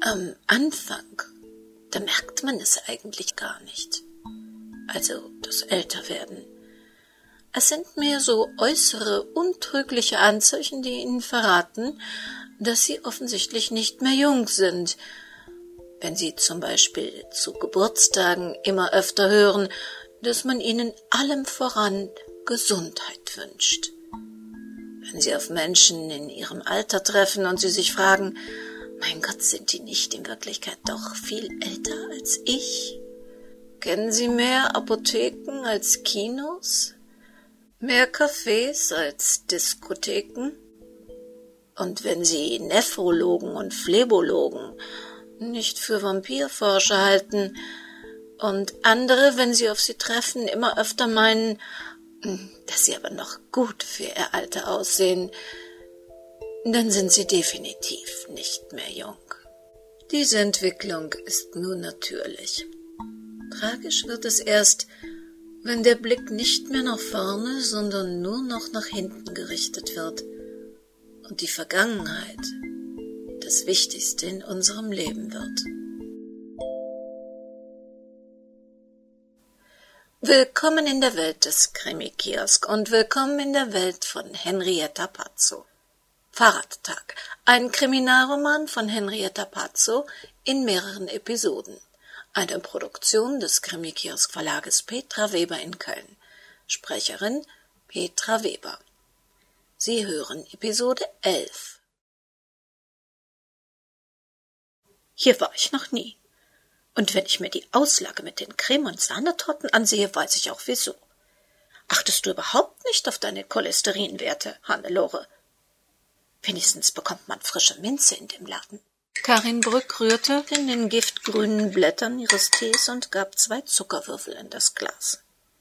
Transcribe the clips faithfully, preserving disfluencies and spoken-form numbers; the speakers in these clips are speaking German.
Am Anfang, da merkt man es eigentlich gar nicht. Also das Älterwerden. Es sind mehr so äußere, untrügliche Anzeichen, die ihnen verraten, dass sie offensichtlich nicht mehr jung sind. Wenn sie zum Beispiel zu Geburtstagen immer öfter hören, dass man ihnen allem voran Gesundheit wünscht. Wenn sie auf Menschen in ihrem Alter treffen und sie sich fragen, mein Gott, sind die nicht in Wirklichkeit doch viel älter als ich? Kennen sie mehr Apotheken als Kinos? Mehr Cafés als Diskotheken? Und wenn sie Nephrologen und Phlebologen nicht für Vampirforscher halten und andere, wenn sie auf sie treffen, immer öfter meinen, dass sie aber noch gut für ihr Alter aussehen, dann sind sie definitiv nicht mehr jung. Diese Entwicklung ist nur natürlich. Tragisch wird es erst, wenn der Blick nicht mehr nach vorne, sondern nur noch nach hinten gerichtet wird und die Vergangenheit das Wichtigste in unserem Leben wird. Willkommen in der Welt des Krimi-Kiosk und willkommen in der Welt von Henrietta Pazzo. Fahrradtag, ein Kriminalroman von Henrietta Pazzo in mehreren Episoden. Eine Produktion des Krimi-Kiosk-Verlages Petra Weber in Köln. Sprecherin Petra Weber. Sie hören Episode elf. Hier war ich noch nie. Und wenn ich mir die Auslage mit den Creme- und Sahnetorten ansehe, weiß ich auch wieso. Achtest du überhaupt nicht auf deine Cholesterinwerte, Hannelore? Wenigstens bekommt man frische Minze in dem Laden. Karin Brück rührte in den giftgrünen Blättern ihres Tees und gab zwei Zuckerwürfel in das Glas.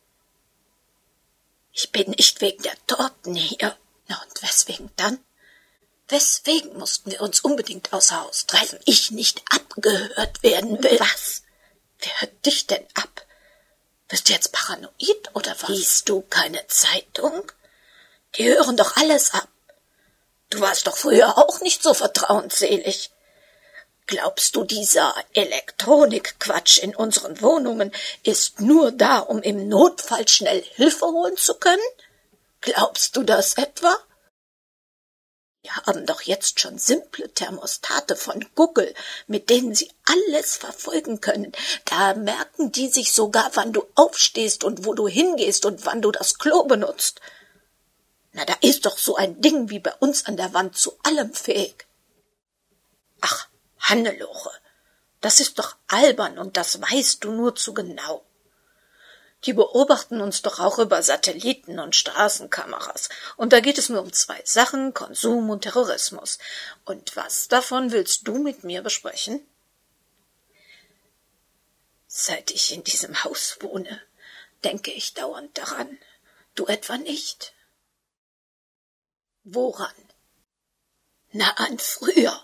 Ich bin nicht wegen der Torten hier. Na und weswegen dann? Weswegen mussten wir uns unbedingt außer Haus treiben? Weil ich nicht abgehört werden will. Was? Wer hört dich denn ab? Bist du jetzt paranoid oder was? Liest du keine Zeitung? Die hören doch alles ab. Du warst doch früher auch nicht so vertrauensselig. Glaubst du, dieser Elektronikquatsch in unseren Wohnungen ist nur da, um im Notfall schnell Hilfe holen zu können? Glaubst du das etwa? Wir haben doch jetzt schon simple Thermostate von Google, mit denen sie alles verfolgen können. Da merken die sich sogar, wann du aufstehst und wo du hingehst und wann du das Klo benutzt. Na, da ist doch so ein Ding wie bei uns an der Wand zu allem fähig. Ach, Hannelore, das ist doch albern und das weißt du nur zu genau. Die beobachten uns doch auch über Satelliten und Straßenkameras. Und da geht es nur um zwei Sachen, Konsum und Terrorismus. Und was davon willst du mit mir besprechen? Seit ich in diesem Haus wohne, denke ich dauernd daran. Du etwa nicht? Woran? Na, an früher.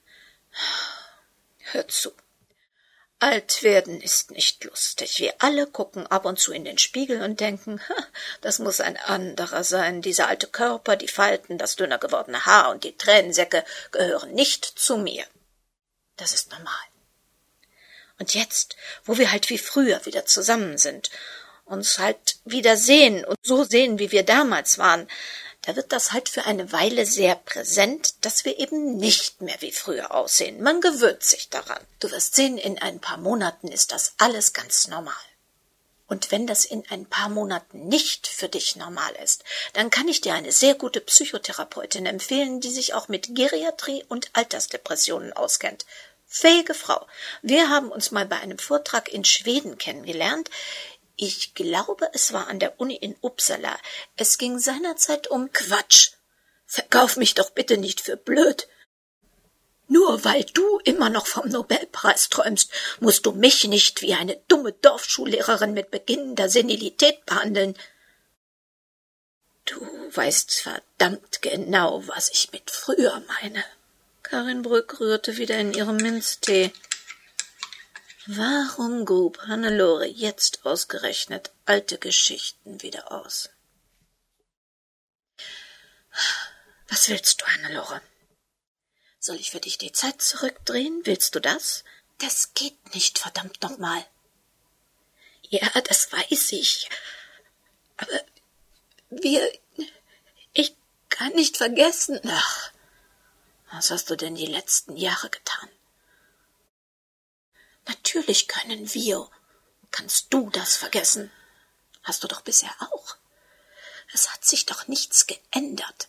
Hör zu. Alt werden ist nicht lustig. Wir alle gucken ab und zu in den Spiegel und denken, das muss ein anderer sein. Dieser alte Körper, die Falten, das dünner gewordene Haar und die Tränensäcke gehören nicht zu mir. Das ist normal. Und jetzt, wo wir halt wie früher wieder zusammen sind, uns halt wieder sehen und so sehen, wie wir damals waren, da wird das halt für eine Weile sehr präsent, dass wir eben nicht mehr wie früher aussehen. Man gewöhnt sich daran. Du wirst sehen, in ein paar Monaten ist das alles ganz normal. Und wenn das in ein paar Monaten nicht für dich normal ist, dann kann ich dir eine sehr gute Psychotherapeutin empfehlen, die sich auch mit Geriatrie und Altersdepressionen auskennt. Fähige Frau. Wir haben uns mal bei einem Vortrag in Schweden kennengelernt. Ich glaube, es war an der Uni in Uppsala. Es ging seinerzeit um Quatsch. Verkauf mich doch bitte nicht für blöd. Nur weil du immer noch vom Nobelpreis träumst, musst du mich nicht wie eine dumme Dorfschullehrerin mit beginnender Senilität behandeln. Du weißt verdammt genau, was ich mit früher meine. Karin Brück rührte wieder in ihrem Minztee. Warum grub Hannelore jetzt ausgerechnet alte Geschichten wieder aus? Was willst du, Hannelore? Soll ich für dich die Zeit zurückdrehen? Willst du das? Das geht nicht, verdammt nochmal. Ja, das weiß ich. Aber wir... Ich kann nicht vergessen. Ach, was hast du denn die letzten Jahre getan? Natürlich können wir. Kannst du das vergessen? Hast du doch bisher auch. Es hat sich doch nichts geändert.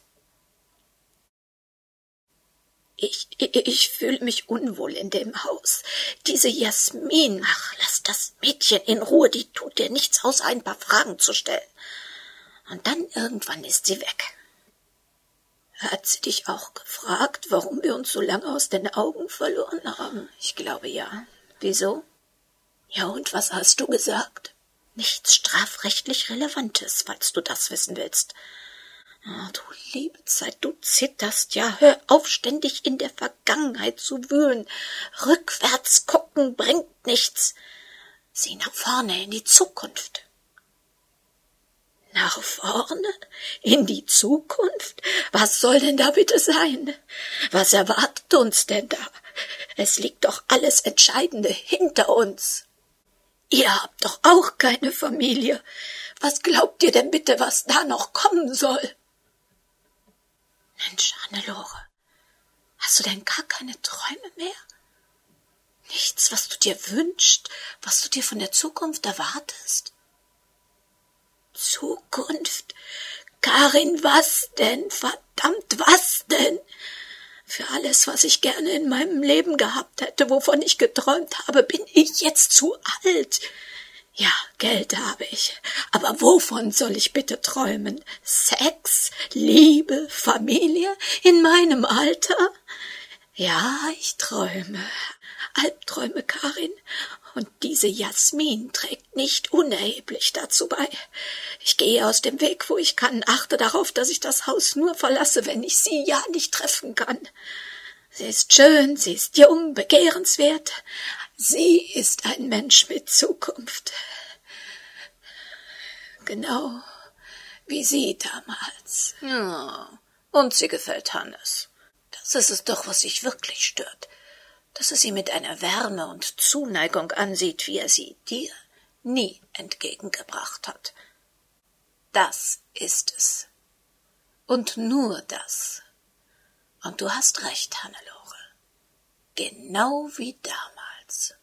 Ich, ich, ich fühle mich unwohl in dem Haus. Diese Jasmin, ach, lass das Mädchen in Ruhe, die tut dir nichts außer ein paar Fragen zu stellen. Und dann irgendwann ist sie weg. Hat sie dich auch gefragt, warum wir uns so lange aus den Augen verloren haben? Ich glaube ja. Wieso? Ja, und was hast du gesagt? Nichts strafrechtlich Relevantes, falls du das wissen willst. Oh, du liebe Zeit, du zitterst ja. Hör auf, ständig in der Vergangenheit zu wühlen. Rückwärts gucken bringt nichts. Sieh nach vorne in die Zukunft. Nach vorne? In die Zukunft? Was soll denn da bitte sein? Was erwartet uns denn da? Es liegt doch alles Entscheidende hinter uns. Ihr habt doch auch keine Familie. Was glaubt ihr denn bitte, was da noch kommen soll? Mensch, Hannelore, hast du denn gar keine Träume mehr? Nichts, was du dir wünschst, was du dir von der Zukunft erwartest? Zukunft? Karin, was denn? Verdammt, was denn? Für alles, was ich gerne in meinem Leben gehabt hätte, wovon ich geträumt habe, bin ich jetzt zu alt. Ja, Geld habe ich, aber wovon soll ich bitte träumen? Sex, Liebe, Familie in meinem Alter? Ja, ich träume. Albträume, Karin, und diese Jasmin trägt nicht unerheblich dazu bei. Ich gehe aus dem Weg, wo ich kann, achte darauf, dass ich das Haus nur verlasse, wenn ich sie ja nicht treffen kann. Sie ist schön, sie ist jung, begehrenswert. Sie ist ein Mensch mit Zukunft. Genau wie sie damals. Ja, und sie gefällt Hannes. Das ist es doch, was sich wirklich stört. Dass er sie mit einer Wärme und Zuneigung ansieht, wie er sie dir nie entgegengebracht hat. Das ist es. Und nur das. Und du hast recht, Hannelore. Genau wie damals.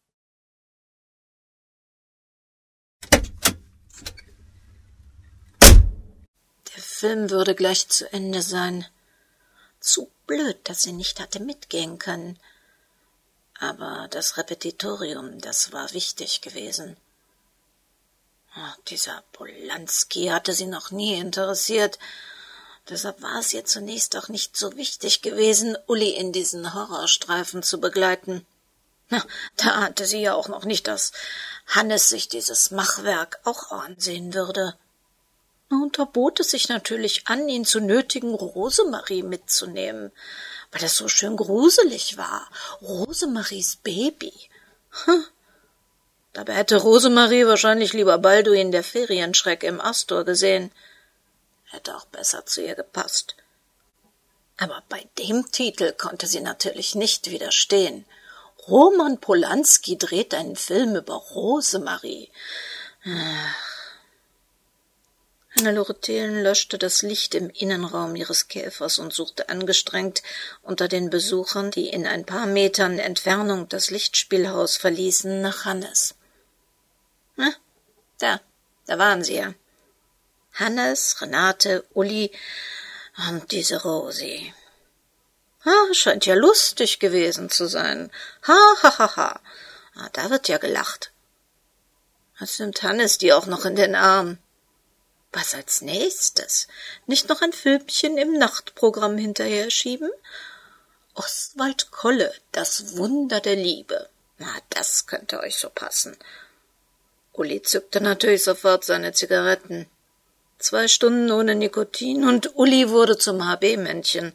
Der Film würde gleich zu Ende sein. Zu blöd, dass sie nicht hatte mitgehen können. Aber das Repetitorium, das war wichtig gewesen. Oh, dieser Polanski hatte sie noch nie interessiert. Deshalb war es ihr zunächst auch nicht so wichtig gewesen, Uli in diesen Horrorstreifen zu begleiten. Na, da hatte sie ja auch noch nicht, dass Hannes sich dieses Machwerk auch ansehen würde. Und da bot es sich natürlich an, ihn zu nötigen, Rosemarie mitzunehmen, weil das so schön gruselig war. Rosemaries Baby. Hm. Dabei hätte Rosemarie wahrscheinlich lieber Balduin, der Ferienschreck, im Astor gesehen. Hätte auch besser zu ihr gepasst. Aber bei dem Titel konnte sie natürlich nicht widerstehen. Roman Polanski dreht einen Film über Rosemarie. Ach. Hannelore Thelen löschte das Licht im Innenraum ihres Käfers und suchte angestrengt unter den Besuchern, die in ein paar Metern Entfernung das Lichtspielhaus verließen, nach Hannes. Na, da, da waren sie ja. Hannes, Renate, Uli und diese Rosi. Ah, scheint ja lustig gewesen zu sein. Ha, ha, ha, ha. Ah, da wird ja gelacht. Was nimmt Hannes die auch noch in den Arm? Was als nächstes? Nicht noch ein Filmchen im Nachtprogramm hinterher schieben? Oswald Kolle, das Wunder der Liebe. Na, das könnte euch so passen. Uli zückte natürlich sofort seine Zigaretten. Zwei Stunden ohne Nikotin und Uli wurde zum H B-Männchen.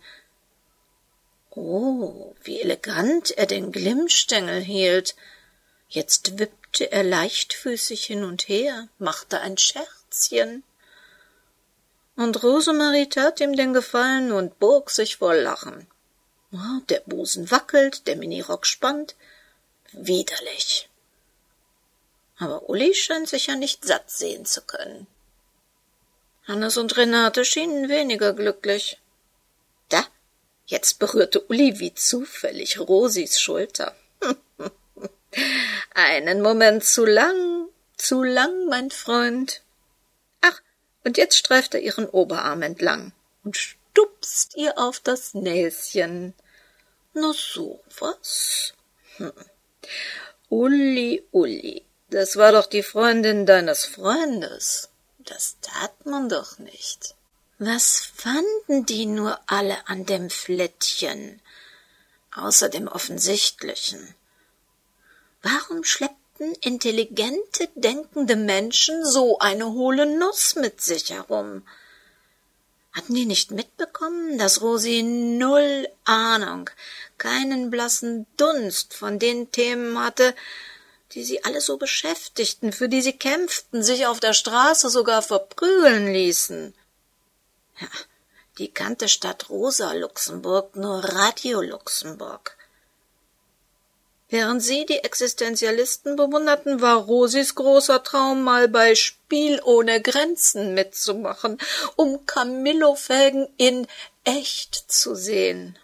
Oh, wie elegant er den Glimmstängel hielt. Jetzt wippte er leichtfüßig hin und her, machte ein Scherzchen. Und Rosemarie tat ihm den Gefallen und bog sich vor Lachen. Der Busen wackelt, der Minirock spannt. Widerlich. Aber Uli scheint sich ja nicht satt sehen zu können. Hannes und Renate schienen weniger glücklich. Da, jetzt berührte Uli wie zufällig Rosis Schulter. Einen Moment zu lang, zu lang, mein Freund. Ach, und jetzt streift er ihren Oberarm entlang und stupst ihr auf das Näschen. Na sowas. Hm. Uli, Uli, das war doch die Freundin deines Freundes. Das tat man doch nicht. Was fanden die nur alle an dem Flittchen, außer dem Offensichtlichen? Warum schleppten intelligente, denkende Menschen so eine hohle Nuss mit sich herum? Hatten die nicht mitbekommen, dass Rosi null Ahnung, keinen blassen Dunst von den Themen hatte, die sie alle so beschäftigten, für die sie kämpften, sich auf der Straße sogar verprügeln ließen? Ja, die kannte statt Rosa Luxemburg nur Radio Luxemburg. Während sie die Existenzialisten bewunderten, war Rosis großer Traum, mal bei Spiel ohne Grenzen mitzumachen, um Camillo-Felgen in echt zu sehen.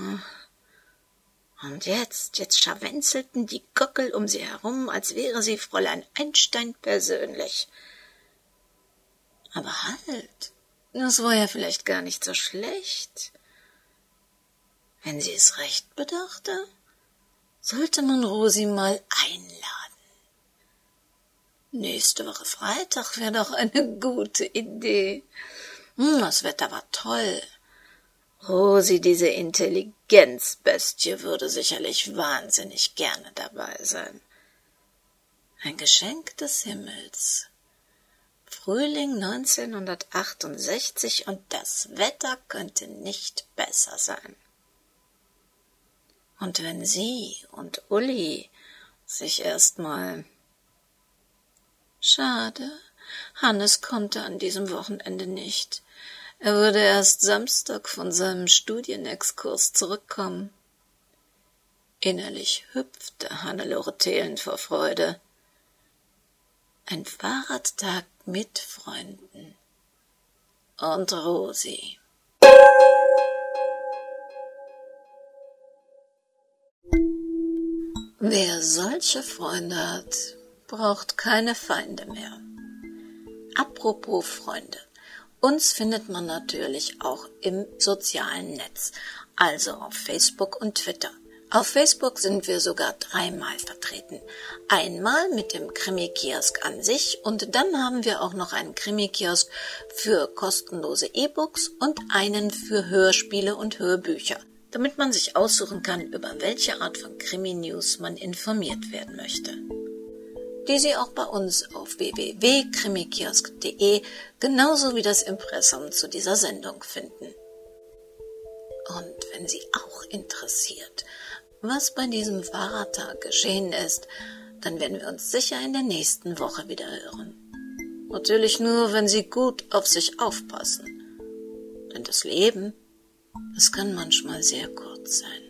Und jetzt, jetzt scharwenzelten die Gockel um sie herum, als wäre sie Fräulein Einstein persönlich. Aber halt, das war ja vielleicht gar nicht so schlecht. Wenn sie es recht bedachte, sollte man Rosi mal einladen. Nächste Woche Freitag wäre doch eine gute Idee. Hm, das Wetter war toll. Rosi, diese Intelligenzbestie, würde sicherlich wahnsinnig gerne dabei sein. Ein Geschenk des Himmels. Frühling neunzehnhundertachtundsechzig und das Wetter könnte nicht besser sein. Und wenn sie und Uli sich erstmal... Schade, Hannes konnte an diesem Wochenende nicht. Er würde erst Samstag von seinem Studienexkurs zurückkommen. Innerlich hüpfte Hannelore Thelen vor Freude. Ein Fahrradtag mit Freunden. Und Rosi. Wer solche Freunde hat, braucht keine Feinde mehr. Apropos Freunde. Uns findet man natürlich auch im sozialen Netz, also auf Facebook und Twitter. Auf Facebook sind wir sogar dreimal vertreten. Einmal mit dem Krimi-Kiosk an sich und dann haben wir auch noch einen Krimi-Kiosk für kostenlose E-Books und einen für Hörspiele und Hörbücher, damit man sich aussuchen kann, über welche Art von Krimi-News man informiert werden möchte, die Sie auch bei uns auf w w w punkt krimikiosk punkt de genauso wie das Impressum zu dieser Sendung finden. Und wenn Sie auch interessiert, was bei diesem Fahrradtag geschehen ist, dann werden wir uns sicher in der nächsten Woche wieder hören. Natürlich nur, wenn Sie gut auf sich aufpassen. Denn das Leben, das kann manchmal sehr kurz sein.